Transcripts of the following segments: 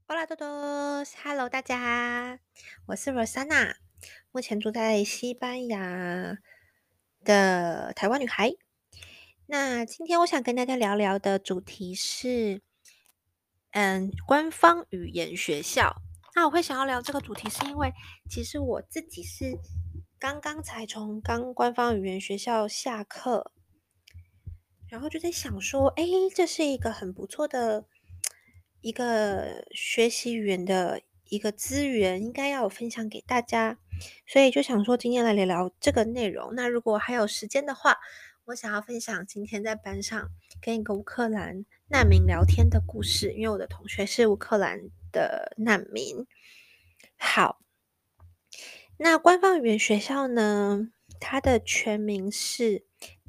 Hola todos, Hello 大家，我是 Rosanna，目前住在西班牙的台湾女孩。那今天我想跟大家聊聊的主题是，官方语言学校。那我会想要聊这个主题，是因为其实我自己是刚刚才从官方语言学校下课，然后就在想说，这是一个很不错的一个学习语言的一个资源，应该要有分享给大家。所以就想说，今天来聊聊这个内容。那如果还有时间的话，我想要分享今天在班上跟一个乌克兰难民聊天的故事，因为我的同学是乌克兰的难民。好，那官方语言学校呢，它的全名是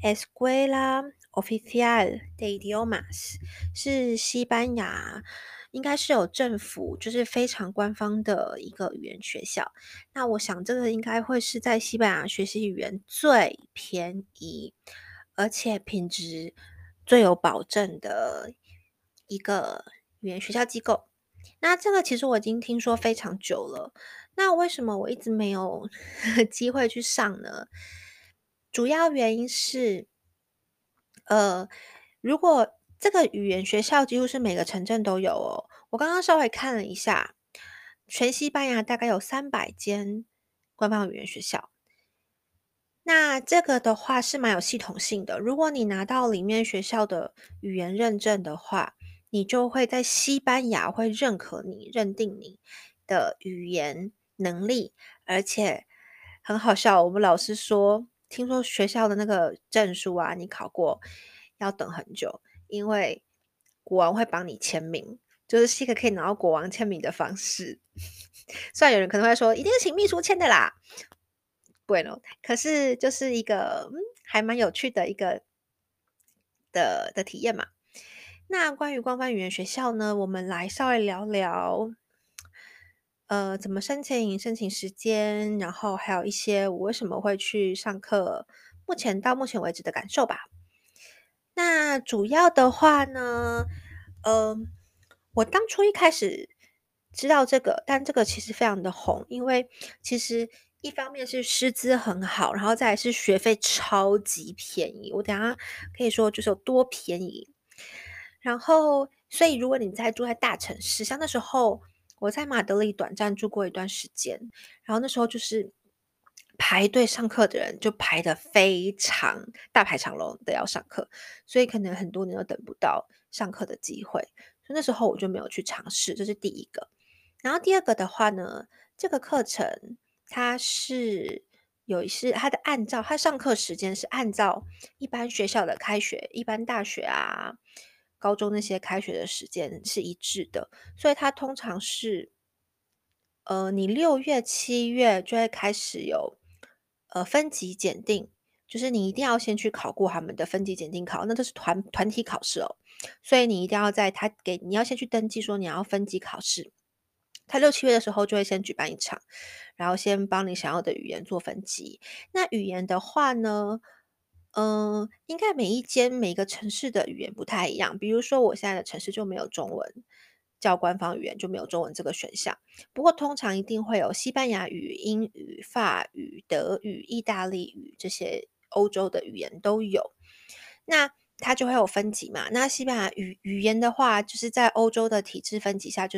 Escuela Oficial de Idiomas，是西班牙，应该是有政府，就是非常官方的一个语言学校。那我想这个应该会是在西班牙学习语言最便宜，而且品质最有保证的一个语言学校机构。那这个其实我已经听说非常久了。那为什么我一直没有机会去上呢？主要原因是，呃，如果这个语言学校几乎是每个城镇都有哦。我刚刚稍微看了一下，全西班牙大概有300间官方语言学校。那这个的话是蛮有系统性的。如果你拿到里面学校的语言认证的话，你就会在西班牙会认可你、认定你的语言能力，而且很好笑。我们老师说，听说学校的那个证书啊，你考过要等很久，因为国王会帮你签名，是一个可以拿到国王签名的方式。虽然有人可能会说，一定是请秘书签的啦。对了，可是就是一个还蛮有趣的一个的体验嘛。那关于官方语言学校呢，我们来稍微聊聊，怎么申请、申请时间，然后还有一些我为什么会去上课，到目前为止的感受吧。那主要的话呢，呃，我当初一开始知道这个，但这个其实非常的红，因为其实一方面是师资很好，然后再来是学费超级便宜。我等一下可以说就是有多便宜。然后，所以如果你住在大城市，像那时候我在马德里短暂住过一段时间，然后那时候就是排队上课的人就排得非常大排长龙的要上课，所以可能很多年都等不到上课的机会，所以那时候我就没有去尝试，这是第一个。然后第二个的话呢，这个课程它是它的它上课时间是按照一般学校的开学，一般大学啊、高中那些开学的时间是一致的，所以它通常是你6月、7月就会开始有分级检定，就是你一定要先去考过他们的分级检定考，那这是团体考试哦，所以你一定要你要先去登记说你要分级考试。他6、7月的时候就会先举办一场，然后先帮你想要的语言做分级。那语言的话呢，应该每个城市的语言不太一样。比如说我现在的城市就没有中文，叫官方语言就没有中文这个选项。不过通常一定会有西班牙语、英语、法语、德语、意大利语这些欧洲的语言都有。那它就会有分级嘛。那西班牙语言的话，就是在欧洲的体制分级下，就是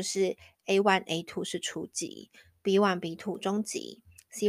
A1、A2 是初级，B1、B2 中级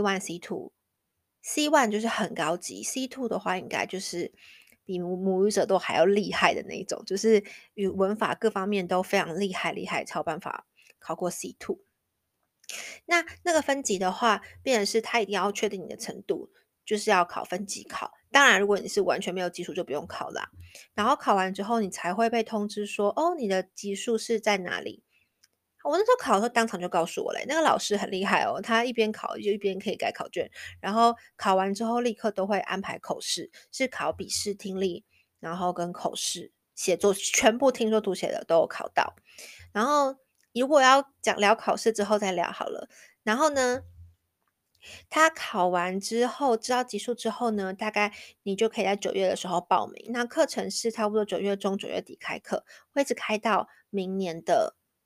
，C1、C2。C1 就是很高级，C2 的话应该就是比母语者都还要厉害的那一种，就是文法各方面都非常厉害，才有办法考过 C2。那个分级的话，变成是他一定要确定你的程度，就是要考分级考。当然，如果你是完全没有基础，就不用考啦。然后考完之后，你才会被通知说，哦，你的级数是在哪里。我那时候考的时候，当场就告诉我嘞，那个老师很厉害哦，他一边考就一边可以改考卷，然后考完之后立刻都会安排口试，是考笔试、听力，然后跟口试、写作，全部听说读写的都有考到。然后如果要聊考试之后再聊好了。然后呢，他考完之后知道级数之后呢，大概你就可以在9月的时候报名。那课程是差不多9月中、9月底开课，会一直开到明年的。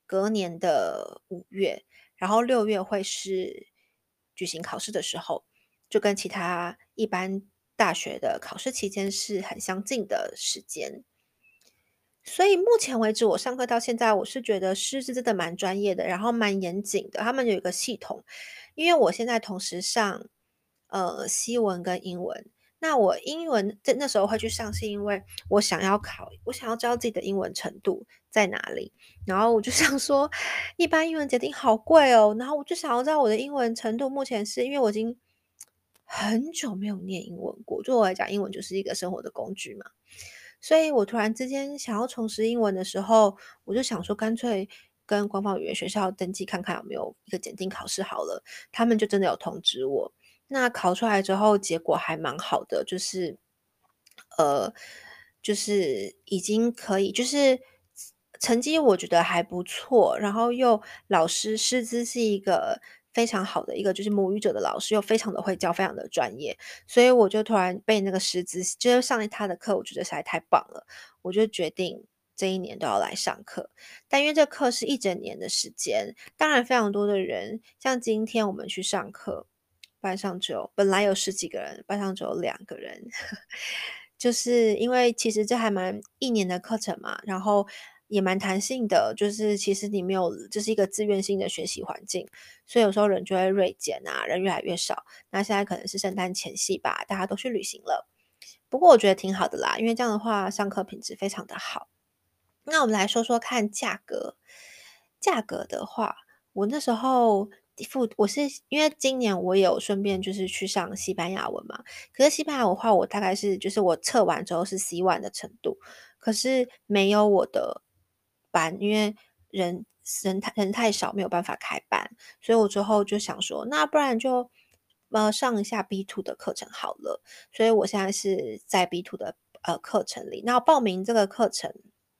隔年的5月，然后6月会是举行考试的时候，就跟其他一般大学的考试期间是很相近的时间。所以目前为止，我上课到现在，我是觉得师资真的蛮专业的，然后蛮严谨的。他们有一个系统，因为我现在同时上西文跟英文。那我英文在那时候会去上，是因为我想要知道自己的英文程度在哪里。然后我就想说，一般英文检定好贵哦，然后我就想要知道我的英文程度目前是因为我已经很久没有念英文过，对我来讲，英文就是一个生活的工具嘛。所以我突然之间想要重拾英文的时候，我就想说，干脆跟官方语言学校登记看看有没有一个检定考试好了。他们就真的有通知我，那考出来之后结果还蛮好的，呃，就是已经可以，就是成绩我觉得还不错，然后又师资是一个非常好的一个就是母语者的老师，又非常的会教，非常的专业。所以我就突然被那个师资就是上他的课，我觉得实在太棒了，我就决定这一年都要来上课。但因为这课是一整年的时间，当然非常多的人，像今天我们去上课，班上本来有十几个人，班上只有2个人。就是因为其实这还蛮一年的课程嘛，然后也蛮弹性的，就是其实你没有这是一个自愿性的学习环境，所以有时候人就会锐减啊，人越来越少。那现在可能是圣诞前夕吧，大家都去旅行了。不过我觉得挺好的啦，因为这样的话上课品质非常的好。那我们来说说看价格。价格的话，我那时候我是因为今年我有顺便就是去上西班牙文嘛，可是西班牙文的话，我大概是就是我测完之后是 C1 的程度，可是没有我的班，因为人太少，没有办法开班，所以我之后就想说，那不然就上一下 B2 的课程好了。所以我现在是在 B2 的课程里，那报名这个课程。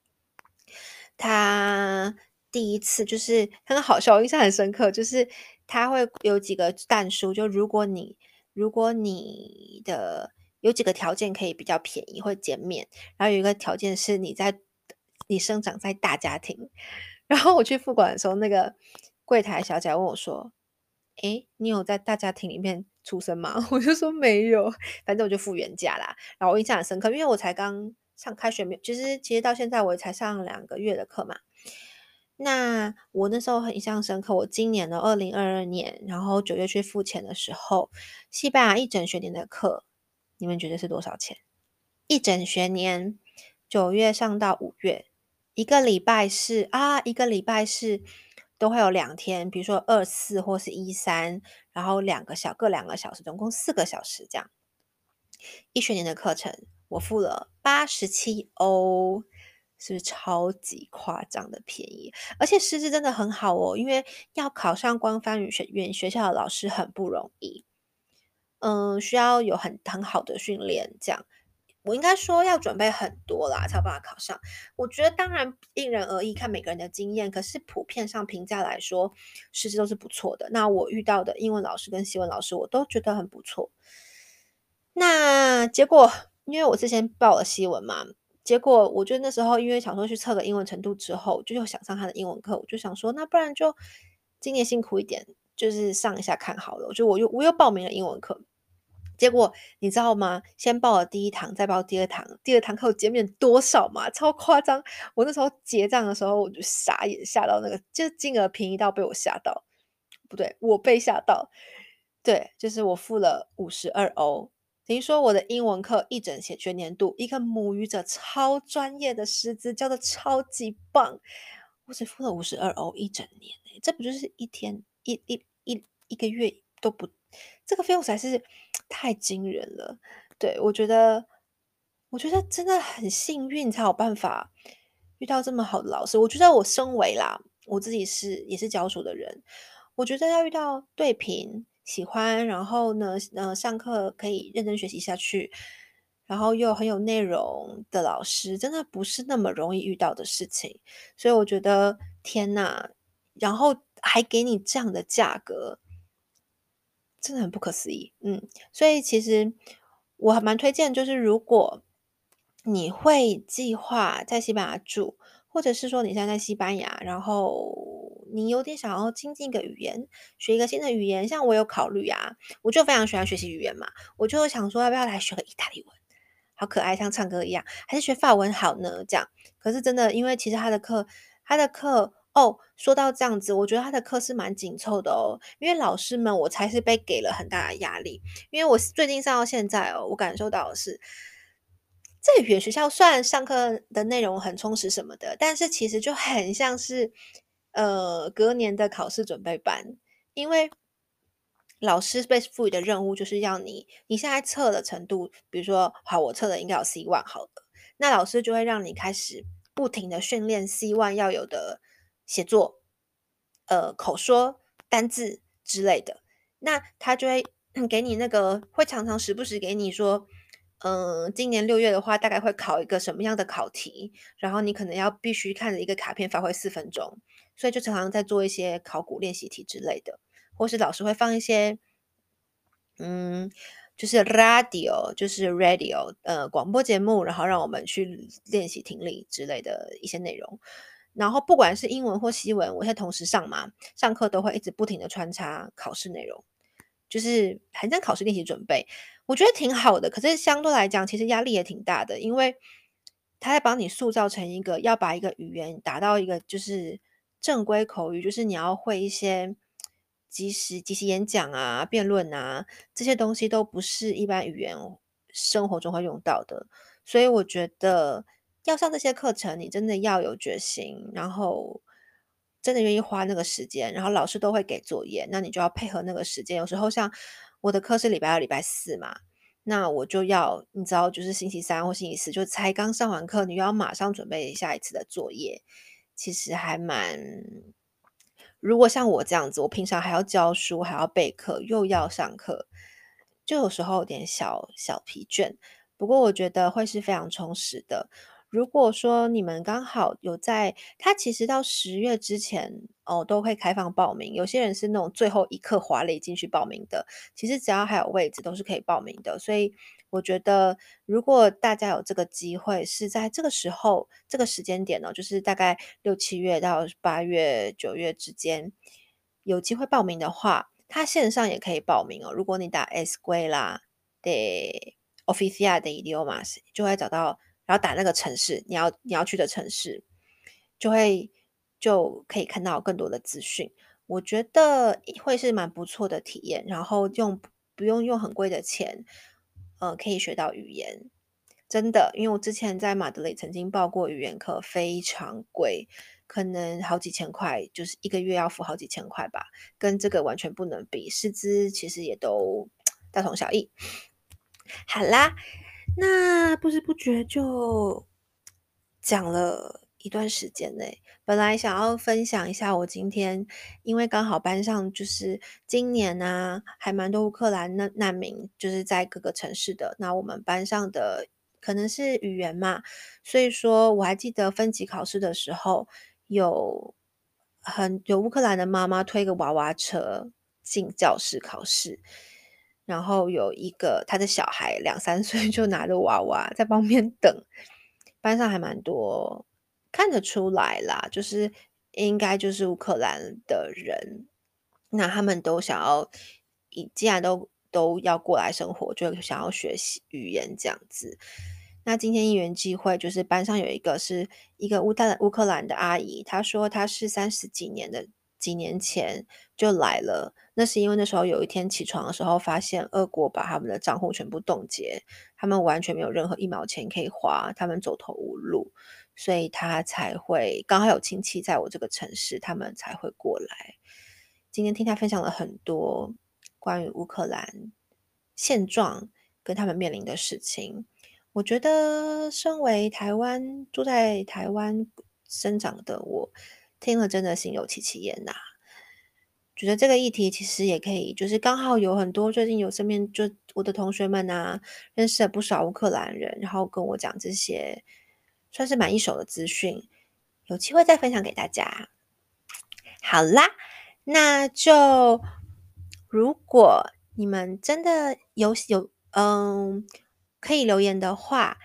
他第一次就是很好笑，我印象很深刻，就是他会有几个但书，就如果你的有几个条件可以比较便宜会减免，然后有一个条件是你生长在大家庭。然后我去付款的时候，那个柜台小姐问我说：“诶，你有在大家庭里面出生吗？”我就说没有，反正我就付原价啦。然后我印象很深刻，因为我才刚上开学没有，其实到现在我也才上2个月的课嘛。那我那时候很印象深刻，我今年的2022年，然后9月去付钱的时候，西班牙一整学年的课，你们觉得是多少钱？一整学年9月上到5月，一个礼拜是都会有2天，比如说24或是13，然后各2个小时，总共4个小时这样。一学年的课程，我付了87欧，是不是超级夸张的便宜？而且师资真的很好哦，因为要考上官方语言学校的老师很不容易，需要有很好的训练，这样。我应该说要准备很多啦，才有办法考上。我觉得当然因人而异，看每个人的经验，可是普遍上评价来说，师资都是不错的。那我遇到的英文老师跟西文老师，我都觉得很不错。那结果，因为我之前报了西文嘛，结果我就那时候因为想说去测个英文程度之后，就又想上他的英文课，我就想说，那不然就今年辛苦一点，就是上一下看好了。我又报名了英文课，结果你知道吗？先报了第一堂，再报第二堂，第二堂课我减免多少吗？超夸张！我那时候结账的时候我就傻眼，吓到那个，就是金额便宜到被我吓到，不对，我被吓到。对，就是我付了52欧，等于说我的英文课一整学年度，一个母语者超专业的师资教的超级棒，我只付了52欧一整年欸，这不就是一天一个月都不这个费用实在是太惊人了。对，我觉得真的很幸运才有办法遇到这么好的老师。我觉得我身为啦，我自己也是教书的人，我觉得要遇到对频、喜欢，然后呢，上课可以认真学习下去，然后又很有内容的老师，真的不是那么容易遇到的事情。所以我觉得天呐，然后还给你这样的价格，真的很不可思议。所以其实我还蛮推荐，就是如果你会计划在西班牙住， 或者是说你现在在西班牙，然后你有点想要精进一个语言，学一个新的语言，像我有考虑啊，我就非常喜欢学习语言嘛，我就想说要不要来学个意大利文，好可爱，像唱歌一样，还是学法文好呢？这样，可是真的，因为其实他的课哦，说到这样子，我觉得他的课是蛮紧凑的哦，因为老师们我才是被给了很大的压力，因为我最近上到现在哦，我感受到的是。这语言学校虽然上课的内容很充实什么的，但是其实就很像是，隔年的考试准备班。因为老师被赋予的任务就是要你现在测的程度，比如说，好，我测的应该有 C1好了，那老师就会让你开始不停的训练 C1要有的写作，口说、单字之类的。那他就会给你那个会常常时不时给你说，今年6月的话，大概会考一个什么样的考题，然后你可能要必须看着一个卡片发挥4分钟，所以就常常在做一些考古练习题之类的，或是老师会放一些，嗯，就是 radio，就是 radio，广播节目，然后让我们去练习听力之类的一些内容。然后不管是英文或西文，我现在同时上嘛，上课都会一直不停的穿插考试内容。就是很像考试练习准备，我觉得挺好的。可是相对来讲，其实压力也挺大的，因为他在帮你塑造成一个要把一个语言达到一个就是正规口语，就是你要会一些即时演讲啊、辩论啊这些东西都不是一般语言生活中会用到的。所以我觉得要上这些课程，你真的要有决心，然后真的愿意花那个时间，然后老师都会给作业，那你就要配合那个时间。有时候像我的课是礼拜二、礼拜四嘛，那我就要你知道，就是星期三或星期四就才刚上完课，你又要马上准备下一次的作业，其实还蛮如果像我这样子，我平常还要教书，还要备课，又要上课，就有时候有点小小疲倦。不过我觉得会是非常充实的。如果说你们刚好有在它其实到10月之前，哦，都会开放报名。有些人是那种最后一刻滑垒进去报名的，其实只要还有位置都是可以报名的。所以我觉得如果大家有这个机会，是在这个时候、这个时间点呢，就是大概6、7月到8月、9月之间，有机会报名的话，它线上也可以报名哦。如果你打 Escuela de Oficial de Idiomas，就会找到，然后打那个城市，你要去的城市，就可以看到更多的资讯。我觉得会是蛮不错的体验，然后不用用很贵的钱，可以学到语言。真的，因为我之前在马德里曾经报过语言课，非常贵，可能好几千块，就是一个月要付好几千块吧，跟这个完全不能比，师资其实也都大同小异。好啦，那不知不觉就讲了一段时间呢。本来想要分享一下我今天，因为刚好班上就是今年啊，还蛮多乌克兰难民，就是在各个城市的。那我们班上的可能是语言嘛，所以说我还记得分级考试的时候，有有乌克兰的妈妈推个娃娃车进教室考试。然后有一个他的小孩2、3岁就拿着娃娃在旁边等，班上还蛮多看得出来啦，就是应该就是乌克兰的人，那他们都想要既然都要过来生活，就想要学习语言这样子。那今天因缘际会，就是班上有一个是一个乌克兰的阿姨，她说她是几年前就来了，那是因为那时候有一天起床的时候，发现俄国把他们的账户全部冻结，他们完全没有任何1毛钱可以花，他们走投无路，所以他才会刚好有亲戚在我这个城市，他们才会过来。今天听他分享了很多关于乌克兰现状跟他们面临的事情，我觉得身为住在台湾生长的我，听了真的心有戚戚焉呐。觉得这个议题其实也可以，就是刚好有很多最近有身边就我的同学们啊，认识了不少乌克兰人，然后跟我讲这些算是蛮一手的资讯，有机会再分享给大家。好啦，那就如果你们真的可以留言的话，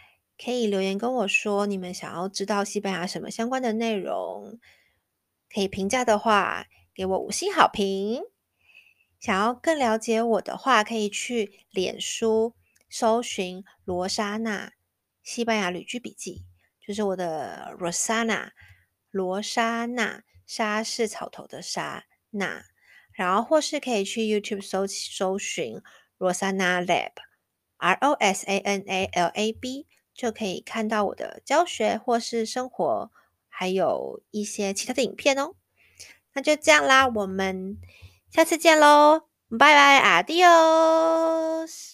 可以留言跟我说你们想要知道西班牙什么相关的内容。可以评价的话，给我5星好评。想要更了解我的话，可以去脸书搜寻罗莎娜西班牙旅居笔记，就是我的 Rosana 罗莎娜，莎是草头的莎娜，然后或是可以去 YouTube 搜寻 Rosana Lab，ROSANALAB，就可以看到我的教学或是生活，还有一些其他的影片哦。那就这样啦，我们下次见喽，拜拜，Adios。